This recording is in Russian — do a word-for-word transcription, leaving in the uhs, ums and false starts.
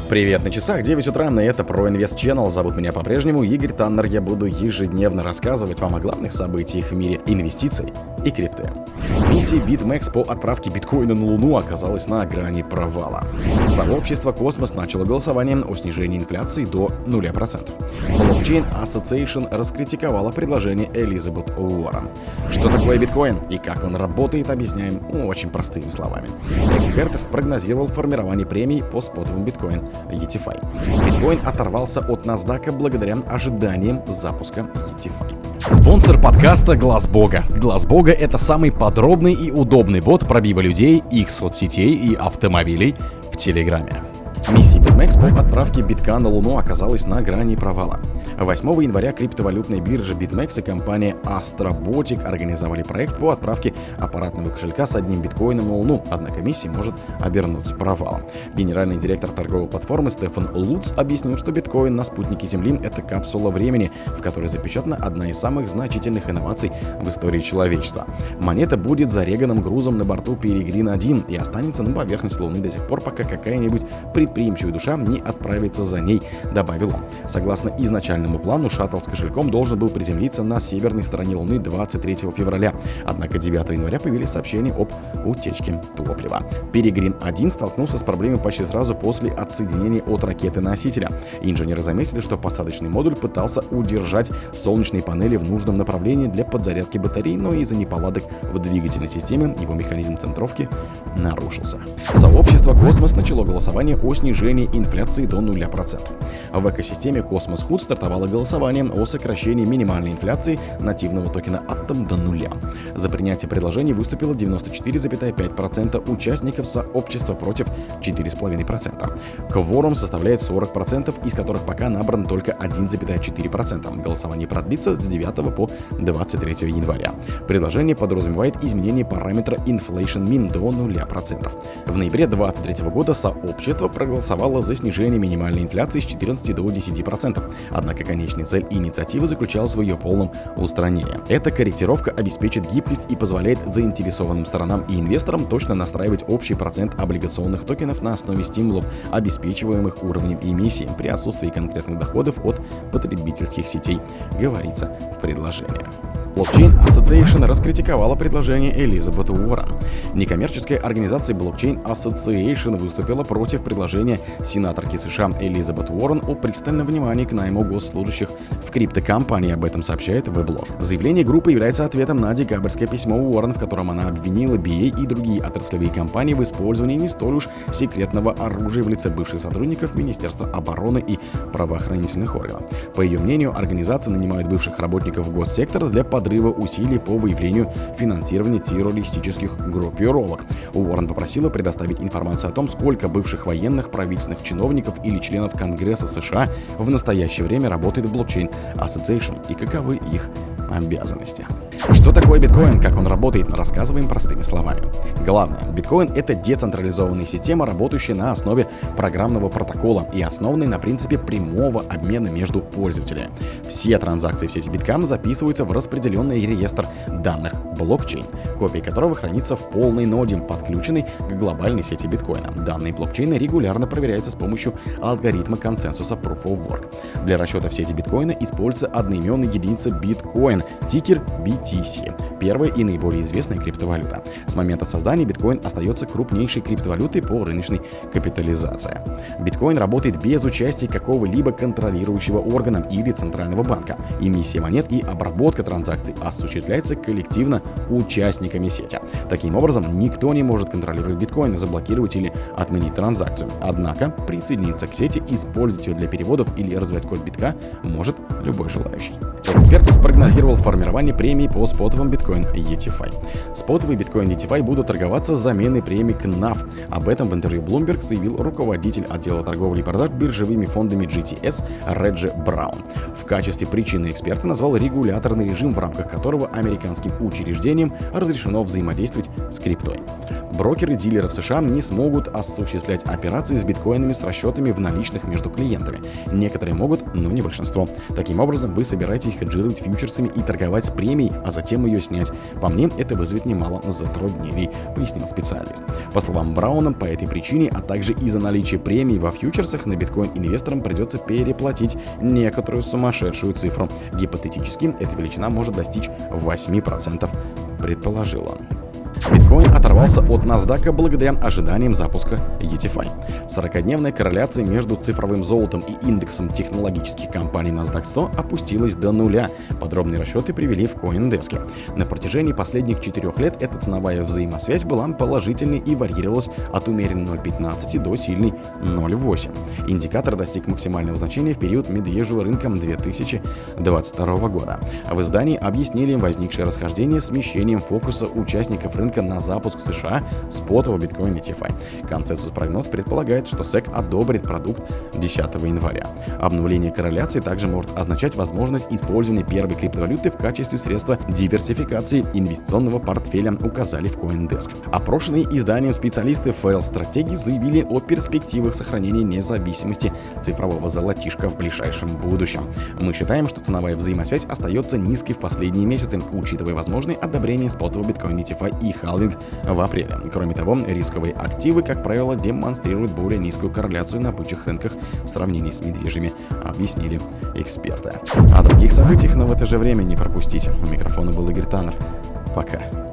Привет, на часах девять утра, и это ProInvest Channel. Зовут меня по-прежнему Игорь Таннер. Я буду ежедневно рассказывать вам о главных событиях в мире инвестиций и крипты. Миссия BitMEX по отправке биткоина на Луну оказалась на грани провала. Сообщество Космос начало голосование о снижении инфляции до нуля процентов. Blockchain Association раскритиковала предложение Элизабет Уоррен. Что такое биткоин и как он работает, объясняем очень простыми словами. Эксперт спрогнозировал формирование премий по спотовым биткоин и ти эф ай. Биткоин оторвался от NASDAQ благодаря ожиданиям запуска и ти эф ай. Спонсор подкаста Глаз Бога. Глаз Бога — это самый подробный и удобный бот пробива людей, их соцсетей и автомобилей в Телеграме. Миссия BitMEX по отправке битка на Луну оказалась на грани провала. восьмого января криптовалютная биржа BitMEX и компания Astrobotic организовали проект по отправке аппаратного кошелька с одним биткоином на Луну, однако миссия может обернуться провалом. Генеральный директор торговой платформы Стефан Луц объяснил, что биткоин на спутнике Земли — это капсула времени, в которой запечатана одна из самых значительных инноваций в истории человечества. Монета будет зареганным грузом на борту Peregrine один и останется на поверхности Луны до тех пор, пока какая-нибудь предприимчивая душа не отправится за ней, добавил он. Согласно изначальному плану, шаттл с кошельком должен был приземлиться на северной стороне Луны двадцать третьего февраля, однако девятого января появились сообщения об утечке топлива. Peregrine один столкнулся с проблемой почти сразу после отсоединения от ракеты-носителя. Инженеры заметили, что посадочный модуль пытался удержать солнечные панели в нужном направлении для подзарядки батарей, но из-за неполадок в двигательной системе его механизм центровки нарушился. Сообщество Космос начало голосование о снижении инфляции до нуля процентов. В экосистеме Космос Худ стартовало голосование о сокращении минимальной инфляции нативного токена Атом до нуля. За принятие предложений выступило девяносто четыре целых пять десятых процента участников сообщества против четыре целых пять десятых процента. Кворум составляет сорок процентов, из которых пока набрано только один целых четыре десятых процента. Голосование продлится с девятого по двадцать третьего января. Предложение подразумевает изменение параметра Inflation Min до нуля процентов. В ноябре две тысячи двадцать третьего года сообщество проголосовало за снижение минимальной инфляции с четырнадцати до десяти процентов. Однако конечная цель инициативы заключалась в ее полном устранении. Эта корректировка обеспечит гибкость и позволяет заинтересованным сторонам и инвесторам точно настраивать общий процент облигационных токенов на основе стимулов, обеспечиваемых уровнем эмиссии при отсутствии конкретных доходов от потребительских сетей, говорится в предложении. Blockchain Association раскритиковала предложение Элизабет Уоррен. Некоммерческая организация Blockchain Association выступила против предложения сенаторки США Элизабет Уоррен о пристальном внимании к найму госслужащих в криптокомпании. Об этом сообщает Weblog. Заявление группы является ответом на декабрьское письмо Уоррен, в котором она обвинила би эй и другие отраслевые компании в использовании не столь уж секретного оружия в лице бывших сотрудников Министерства обороны и правоохранительных органов. По ее мнению, организации нанимают бывших работников госсектора для подрыва усилий по выявлению финансирования террористических группировок. Уоррен попросила предоставить информацию о том, сколько бывших военных, правительственных чиновников или членов Конгресса США в настоящее время работает в Blockchain Association и каковы их обязанности. Что такое биткоин, как он работает, рассказываем простыми словами. Главное, биткоин — это децентрализованная система, работающая на основе программного протокола и основанная на принципе прямого обмена между пользователями. Все транзакции в сети биткам записываются в распределенный реестр данных блокчейн, копия которого хранится в полной ноде, подключенной к глобальной сети биткоина. Данные блокчейна регулярно проверяются с помощью алгоритма консенсуса Proof of Work. Для расчета в сети биткоина используется одноименная единица биткоин, тикер би ти си, первая и наиболее известная криптовалюта. С момента создания биткоин остается крупнейшей криптовалютой по рыночной капитализации. Биткоин работает без участия какого-либо контролирующего органа или центрального банка. Эмиссия монет и обработка транзакций осуществляется коллективно участниками сети. Таким образом, никто не может контролировать биткоин, заблокировать или отменить транзакцию. Однако, присоединиться к сети, использовать ее для переводов или развивать код битка может любой желающий. Эксперт спрогнозировал формирование премий по спотовым биткоин и ти эф ай. Спотовые биткоин и ти эф ай будут торговаться с заменой премий к эн эй эф. Об этом в интервью Bloomberg заявил руководитель отдела торговли и продаж биржевыми фондами джи ти эс Реджи Браун. В качестве причины эксперт назвал регуляторный режим, в рамках которого американским учреждениям разрешено взаимодействовать с криптой. Брокеры дилеров США не смогут осуществлять операции с биткоинами с расчетами в наличных между клиентами. Некоторые могут, но не большинство. Таким образом, вы собираетесь хеджировать фьючерсами и торговать с премией, а затем ее снять. По мне, это вызовет немало затруднений, пояснил специалист. По словам Брауна, по этой причине, а также из-за наличия премий во фьючерсах, на биткоин инвесторам придется переплатить некоторую сумасшедшую цифру. Гипотетически, эта величина может достичь восемь процентов, предположил он. Биткоин оторвался от NASDAQ благодаря ожиданиям запуска и ти эф ай. сорокадневная корреляция между цифровым золотом и индексом технологических компаний NASDAQ сто опустилась до нуля. Подробные расчеты привели в CoinDesk. На протяжении последних четырех лет эта ценовая взаимосвязь была положительной и варьировалась от умеренной ноль целых пятнадцать сотых до сильной ноль целых восемь десятых. Индикатор достиг максимального значения в период медвежьего рынка две тысячи двадцать второго года. В издании объяснили возникшее расхождение смещением фокуса участников рынка на запуск в США спотового биткоина и ти эф ай. Консенсус-прогноз предполагает, что эс и си одобрит продукт десятого января. Обновление корреляции также может означать возможность использования первой криптовалюты в качестве средства диверсификации инвестиционного портфеля, указали в CoinDesk. Опрошенные изданием специалисты Fail Strategy заявили о перспективах сохранения независимости цифрового золотишка в ближайшем будущем. Мы считаем, что ценовая взаимосвязь остается низкой в последние месяцы, учитывая возможные одобрения спотового биткоина и ти эф ай и халвинг в апреле. Кроме того, рисковые активы, как правило, демонстрируют более низкую корреляцию на бычьих рынках в сравнении с медвежьими, объяснили эксперты. О других событиях, но в это же время не пропустите. У микрофона был Игорь Таннер. Пока.